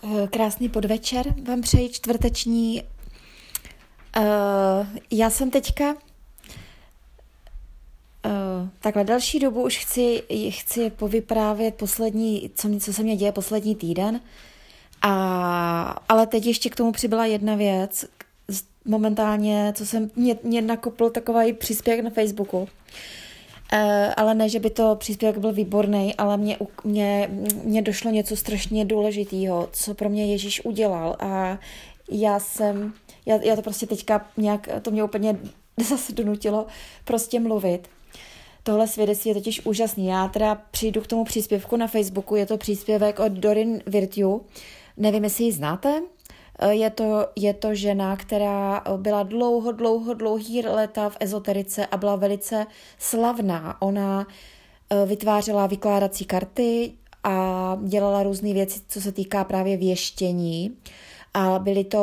Krásný podvečer vám přeji čtvrteční. Já jsem teďka takhle další dobu už chci povyprávět co se mě děje poslední týden. Ale teď ještě k tomu přibyla jedna věc. Momentálně, mě nakopl takový příspěvek na Facebooku. Ale ne, že by to příspěvek byl výborný, ale mně došlo něco strašně důležitého, co pro mě Ježíš udělal a já to prostě teďka nějak, to mě úplně zase donutilo prostě mluvit. Tohle svědectví je totiž úžasný. Já teda přijdu k tomu příspěvku na Facebooku, je to příspěvek od Doreen Virtue, nevím, jestli ji znáte. Je to žena, která byla dlouhý léta v ezoterice a byla velice slavná. Ona vytvářela vykládací karty a dělala různé věci, co se týká právě věštění. A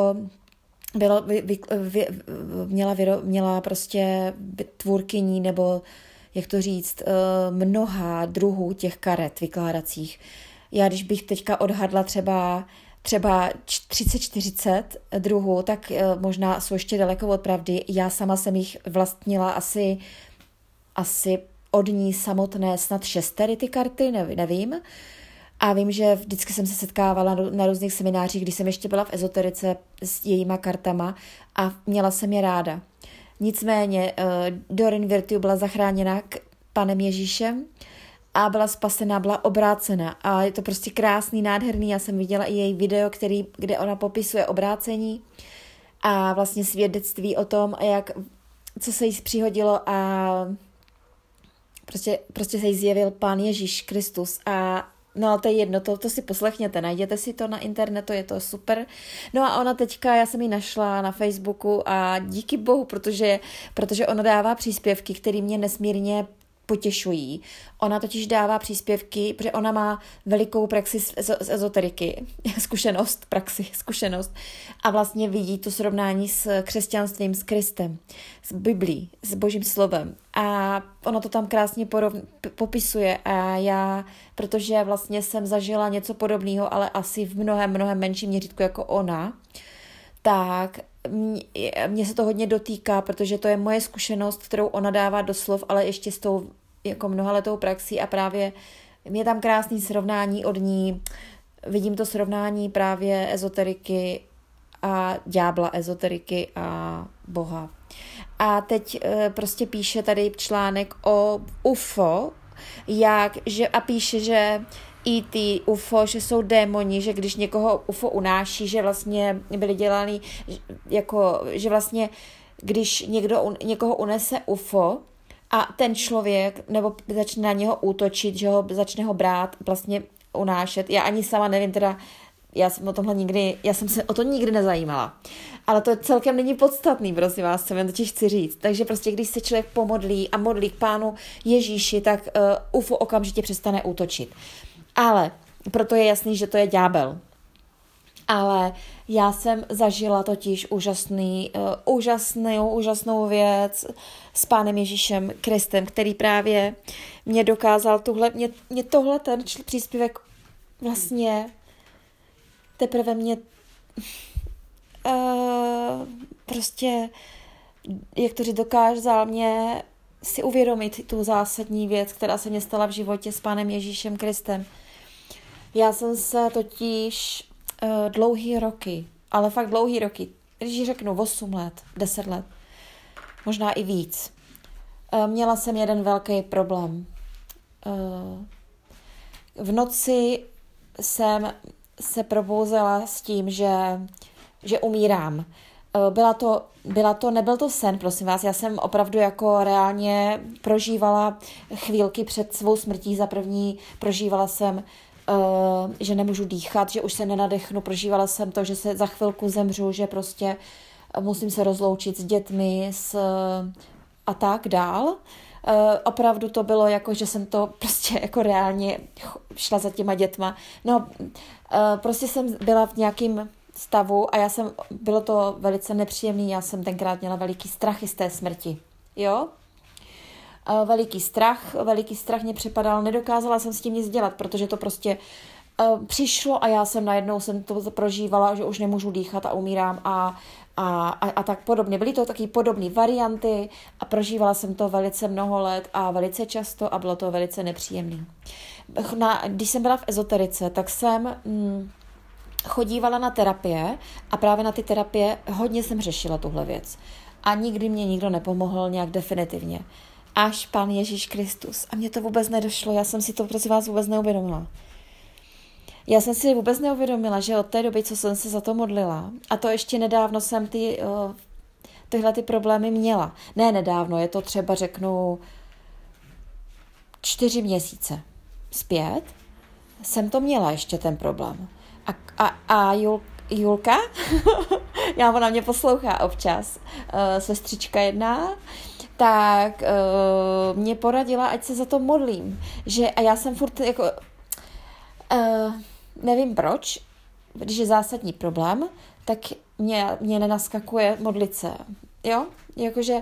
měla prostě tvůrkyní, nebo jak to říct, mnoha druhů těch karet vykládacích. Já když bych teďka odhadla třeba 30-40 druhů, tak možná jsou ještě daleko od pravdy. Já sama jsem jich vlastnila asi od ní samotné snad 6 ty karty, nevím. A vím, že vždycky jsem se setkávala na různých seminářích, když jsem ještě byla v ezoterice s jejíma kartama a měla jsem je ráda. Nicméně Doreen Virtue byla zachráněna Panem Ježíšem a byla spasená, byla obrácena. A je to prostě krásný, nádherný. Já jsem viděla i její video, kde ona popisuje obrácení a vlastně svědectví o tom, co se jí přihodilo a prostě se jí zjevil Pán Ježíš Kristus a no to je jedno, to si poslechněte, najděte si to na internetu, je to super. No a ona teďka, já jsem ji našla na Facebooku a díky Bohu, protože ona dává příspěvky, které mě nesmírně potěšují. Ona totiž dává příspěvky, protože ona má velikou praxi z ezoteriky, zkušenost a vlastně vidí to srovnání s křesťanstvím, s Kristem, s Biblí, s Božím slovem a ono to tam krásně popisuje a já, protože vlastně jsem zažila něco podobného, ale asi v mnohem menším měřítku jako ona, tak mě se to hodně dotýká, protože to je moje zkušenost, kterou ona dává do slov, ale ještě s tou jako mnohaletou praxí a právě je tam krásný srovnání od ní. Vidím to srovnání právě ezoteriky a ďábla, ezoteriky a Boha. A teď prostě píše tady článek o UFO, a píše, že ET, UFO, že jsou démoni, že když někoho UFO unáší, že vlastně byli dělaný, jako, že vlastně když někoho unese UFO a ten člověk nebo začne na něho útočit, že začne ho brát, vlastně unášet. Já ani sama nevím, teda já jsem se o to nikdy nezajímala. Ale to celkem není podstatný, prosím vás, co totiž chci říct. Takže prostě, když se člověk pomodlí a modlí k Pánu Ježíši, tak UFO okamžitě přestane útočit. Ale proto je jasný, že to je ďábel. Ale já jsem zažila totiž úžasnou věc s Pánem Ježíšem Kristem, který právě mě dokázal ten příspěvek vlastně teprve mě prostě, jak to říct, dokázal mě si uvědomit tu zásadní věc, která se mě stala v životě s Pánem Ježíšem Kristem. Já jsem se totiž dlouhý roky, když řeknu 8 let, 10 let, možná i víc, měla jsem jeden velký problém. V noci jsem se probouzela s tím, že umírám. Nebyl to sen, prosím vás, já jsem opravdu jako reálně prožívala chvílky před svou smrtí. Za první prožívala jsem, že nemůžu dýchat, že už se nenadechnu, prožívala jsem to, že se za chvilku zemřu, že prostě musím se rozloučit s dětmi a tak dál. Opravdu to bylo jako, že jsem to prostě jako reálně šla za těma dětma. No, prostě jsem byla v nějakým stavu a bylo to velice nepříjemný, já jsem tenkrát měla veliký strach z té smrti, jo? Veliký strach mě připadal, nedokázala jsem s tím nic dělat, protože to prostě přišlo a já jsem najednou jsem to prožívala, že už nemůžu dýchat a umírám a tak podobně. Byly to taky podobné varianty a prožívala jsem to velice mnoho let a velice často a bylo to velice nepříjemné. Když jsem byla v ezoterice, tak jsem chodívala na terapie a právě na ty terapie hodně jsem řešila tuhle věc. A nikdy mě nikdo nepomohl nějak definitivně. Až Pán Ježíš Kristus. A mně to vůbec nedošlo, já jsem si to prosím vás vůbec neuvědomila. Já jsem si vůbec neuvědomila, že od té doby, co jsem se za to modlila, a to ještě nedávno jsem tyhle ty problémy měla. Ne nedávno, je to třeba řeknu 4 měsíce zpět, jsem to měla ještě ten problém. A Julka, ona mě poslouchá občas, sestřička jedna, tak mě poradila, ať se za to modlím. A já jsem furt jako... nevím proč, když je zásadní problém, tak mě nenaskakuje modlit se. Jo? Jakože...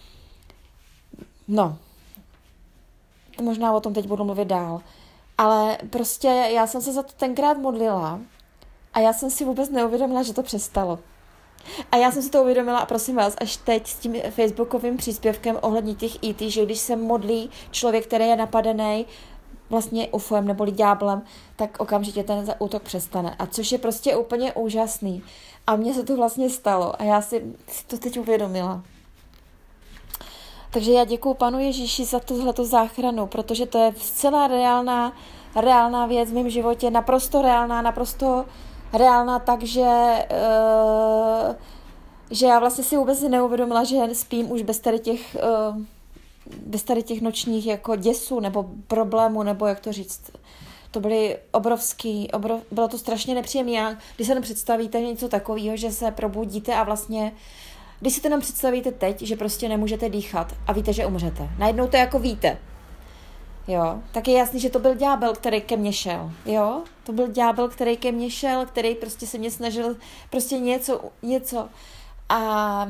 No. Možná o tom teď budu mluvit dál. Ale prostě já jsem se za to tenkrát modlila a já jsem si vůbec neuvědomila, že to přestalo. A já jsem si to uvědomila a prosím vás, až teď s tím facebookovým příspěvkem ohledně těch IT, že když se modlí člověk, který je napadený vlastně UFOem nebo ďáblem, tak okamžitě ten útok přestane. A což je prostě úplně úžasný. A mně se to vlastně stalo a já si to teď uvědomila. Takže já děkuju Panu Ježíši za tuhleto záchranu, protože to je zcela reálná věc v mém životě, naprosto reálná tak, že já vlastně si vůbec neuvědomila, že spím už bez tady těch nočních jako děsů nebo problémů, nebo jak to říct. To byly bylo to strašně nepříjemné. Když se nám představíte něco takového, že se probudíte a vlastně, když si to nám představíte teď, že prostě nemůžete dýchat a víte, že umřete. Najednou to jako víte. Jo, tak je jasný, že to byl ďábel, který ke mně šel. Jo, to byl ďábel, který ke mně šel, který prostě se mě snažil prostě něco. A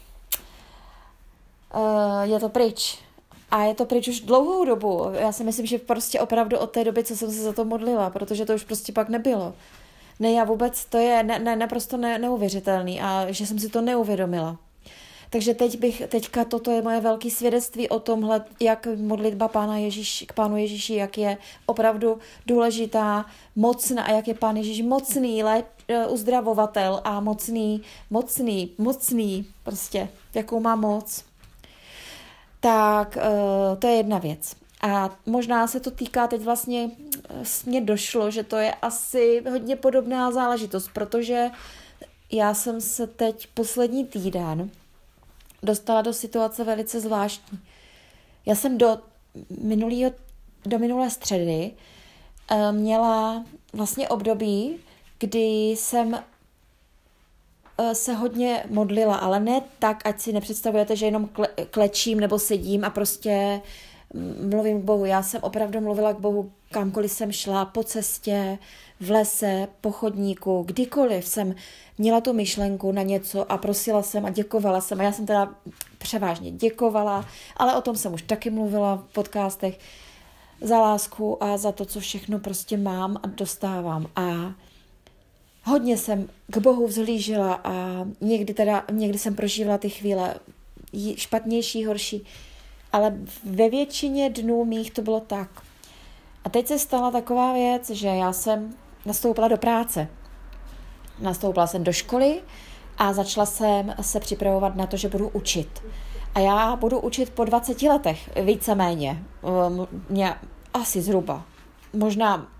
je to pryč. A je to pryč už dlouhou dobu. Já si myslím, že prostě opravdu od té doby, co jsem se za to modlila, protože to už prostě pak nebylo. Ne, já vůbec, to je naprosto neuvěřitelný a že jsem si to neuvědomila. Takže teďka toto je moje velké svědectví o tomhle, jak modlitba k Pánu Ježíši, jak je opravdu důležitá, mocná a jak je Pán Ježíš mocný, uzdravovatel a mocný, prostě, jakou má moc. Tak to je jedna věc. A možná se to týká, teď vlastně mně došlo, že to je asi hodně podobná záležitost, protože já jsem se teď poslední týden dostala do situace velice zvláštní. Já jsem do minulé středy měla vlastně období, kdy jsem se hodně modlila, ale ne tak, ať si nepředstavujete, že jenom klečím nebo sedím a prostě mluvím k Bohu. Já jsem opravdu mluvila k Bohu, kamkoliv jsem šla, po cestě, v lese, po chodníku, kdykoliv jsem měla tu myšlenku na něco a prosila jsem a děkovala jsem. A já jsem teda převážně děkovala, ale o tom jsem už taky mluvila v podcastech, za lásku a za to, co všechno prostě mám a dostávám. A hodně jsem k Bohu vzhlížela a někdy jsem prožívala ty chvíle špatnější, horší, ale ve většině dnů mých to bylo tak. A teď se stala taková věc, že já jsem nastoupila do práce. Nastoupila jsem do školy a začala jsem se připravovat na to, že budu učit. A já budu učit po 20 letech, víceméně. Mě asi zhruba. Možná,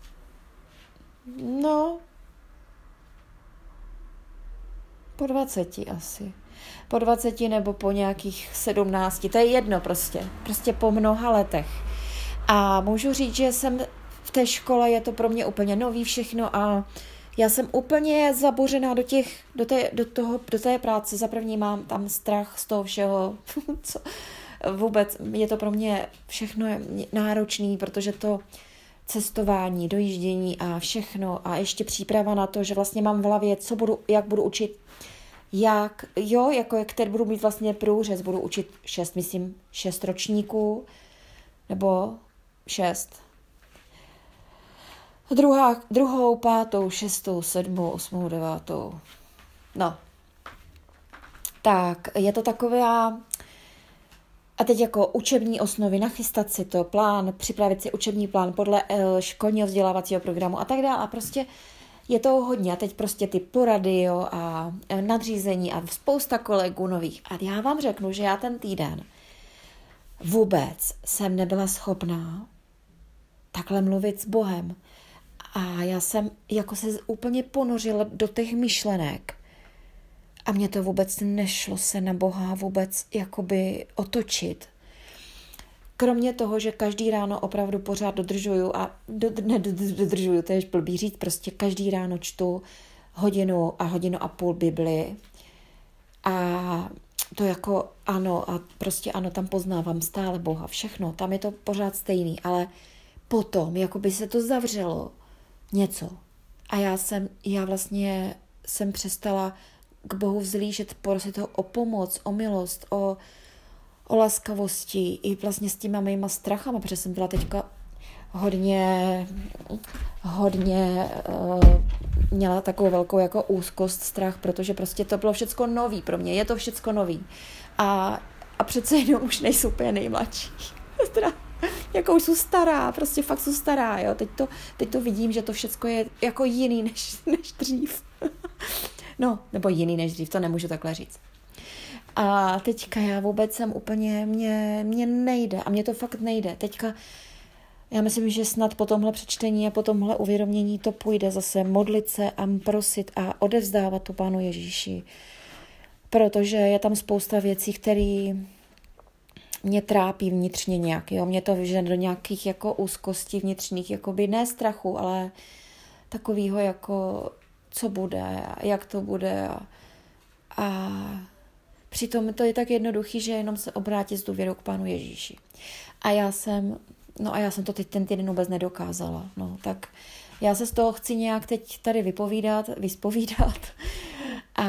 po 20 asi. Po 20 nebo po nějakých 17. To je jedno prostě. Prostě po mnoha letech. A můžu říct, že jsem v té škole, je to pro mě úplně nový všechno a já jsem úplně zabořená do té práce. Za první mám tam strach z toho všeho. Vůbec je to pro mě všechno náročný, protože to cestování, dojíždění a všechno a ještě příprava na to, že vlastně mám v hlavě, jak budu učit, který budu mít vlastně průřez, budu učit 6 ročníků, nebo 6. Druhou, pátou, šestou, sedmou, osmou, devátou. No. Tak, je to taková... A teď jako učební osnovy, nachystat si to, plán, připravit si učební plán podle školního vzdělávacího programu a tak dále. A prostě je to hodně. A teď prostě ty porady, jo, a nadřízení a spousta kolegů nových. A já vám řeknu, že já ten týden vůbec jsem nebyla schopná takhle mluvit s Bohem. A já jsem jako se úplně ponořila do těch myšlenek. A mně to vůbec nešlo se na Boha vůbec jakoby otočit. Kromě toho, že každý ráno opravdu pořád dodržuju nedodržuju, to je blbý říct, prostě každý ráno čtu hodinu a půl Bibli. A to jako ano, a prostě ano, tam poznávám stále Boha, všechno, tam je to pořád stejný, ale potom, jakoby se to zavřelo něco. A já vlastně jsem přestala k Bohu vzlížet, prosit ho o pomoc, o milost, o laskavosti i vlastně s těma mýma strachama, protože jsem byla teďka hodně měla takovou velkou jako úzkost, strach, protože prostě to bylo všecko nový pro mě, je to všecko nový. A přece jenom už nejsou úplně nejmladší. Teda, jako už jsou stará, prostě fakt jsou stará, jo. Teď to vidím, že to všecko je jako jiný než dřív. No, nebo jiný než dřív, to nemůžu takhle říct. A teďka já vůbec jsem úplně, mě nejde a mě to fakt nejde. Teďka já myslím, že snad po tomhle přečtení a po tomhle uvědomění to půjde zase modlit se a prosit a odevzdávat tu Pánu Ježíši. Protože je tam spousta věcí, které mě trápí vnitřně nějak. Jo? Mě to vyžene do nějakých jako úzkostí vnitřních, jakoby ne strachu, ale takového jako co bude a jak to bude a přitom to je tak jednoduchý, že jenom se obrátit s důvěrou k Pánu Ježíši. A já jsem to teď ten týden vůbec nedokázala. No, tak já se z toho chci nějak teď tady vyspovídat a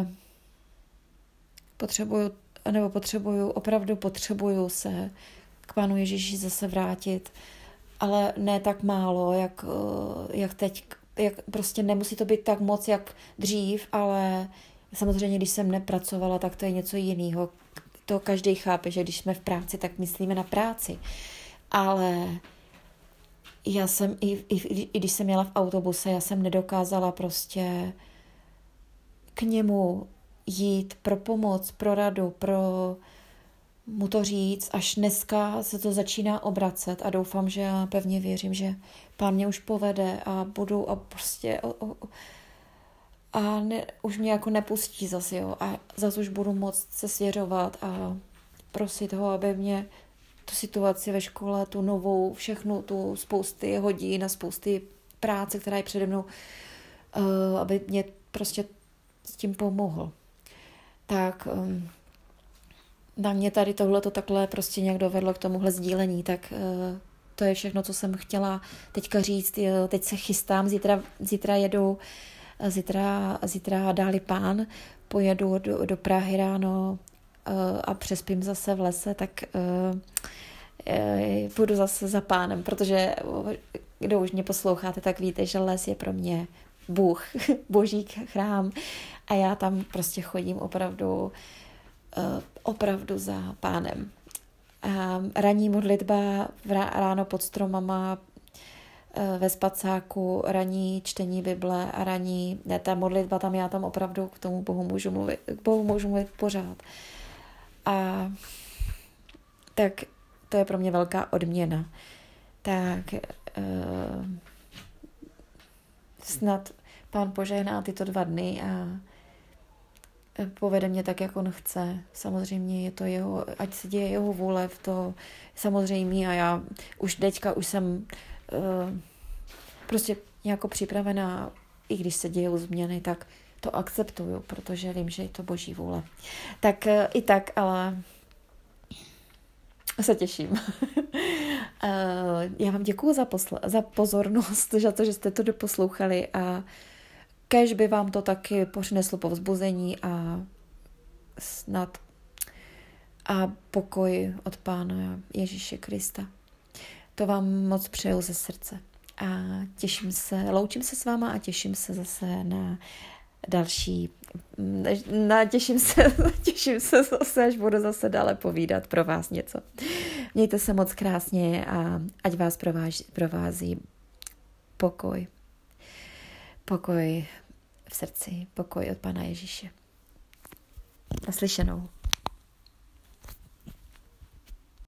opravdu potřebuju se k Pánu Ježíši zase vrátit, ale ne tak málo, jak teď, prostě nemusí to být tak moc, jak dřív, ale samozřejmě, když jsem nepracovala, tak to je něco jiného. To každý chápe, že když jsme v práci, tak myslíme na práci. Ale já jsem, i když jsem jela v autobuse, já jsem nedokázala prostě k němu jít pro pomoc, pro radu, pro mu to říct. Až dneska se to začíná obracet a doufám, že já pevně věřím, že Pán mě už povede a budu a prostě už mě jako nepustí zase, jo. A zase už budu moct se svěřovat a prosit ho, aby mě tu situaci ve škole, tu novou, všechnu, tu spousty hodin a spousty práce, která je přede mnou, aby mě prostě s tím pomohl. Tak na mě tady tohleto takhle prostě nějak dovedlo k tomuhle sdílení, tak to je všechno, co jsem chtěla teďka říct. Teď se chystám, zítra jedu, zítra dáli Pán, pojedu do Prahy ráno a přespím zase v lese, tak půjdu zase za Pánem, protože kdo už mě posloucháte, tak víte, že les je pro mě Bůh, boží chrám a já tam prostě chodím opravdu za Pánem. Ranní modlitba ráno pod stromama, ve spacáku, ranní čtení Bible a ta modlitba tam, já tam opravdu k tomu Bohu můžu mluvit pořád. A tak to je pro mě velká odměna. Tak snad Pán požehná tyto 2 dny a povede mě tak, jak on chce. Samozřejmě je to ať se děje jeho vůle v to samozřejmě a já už jsem prostě nějak připravená, i když se dějou změny, tak to akceptuju, protože vím, že je to boží vůle. Tak i tak, ale se těším. Já vám děkuju za pozornost, za to, že jste to doposlouchali a kéž by vám to taky přineslo povzbuzení a snad a pokoj od Pána Ježíše Krista. To vám moc přeju ze srdce. a loučím se s váma a těším se zase na další, těším se zase, až budu zase dále povídat pro vás něco. Mějte se moc krásně a ať vás provází pokoj. Pokoj v srdci, pokoj od Pána Ježíše. Naslyšenou.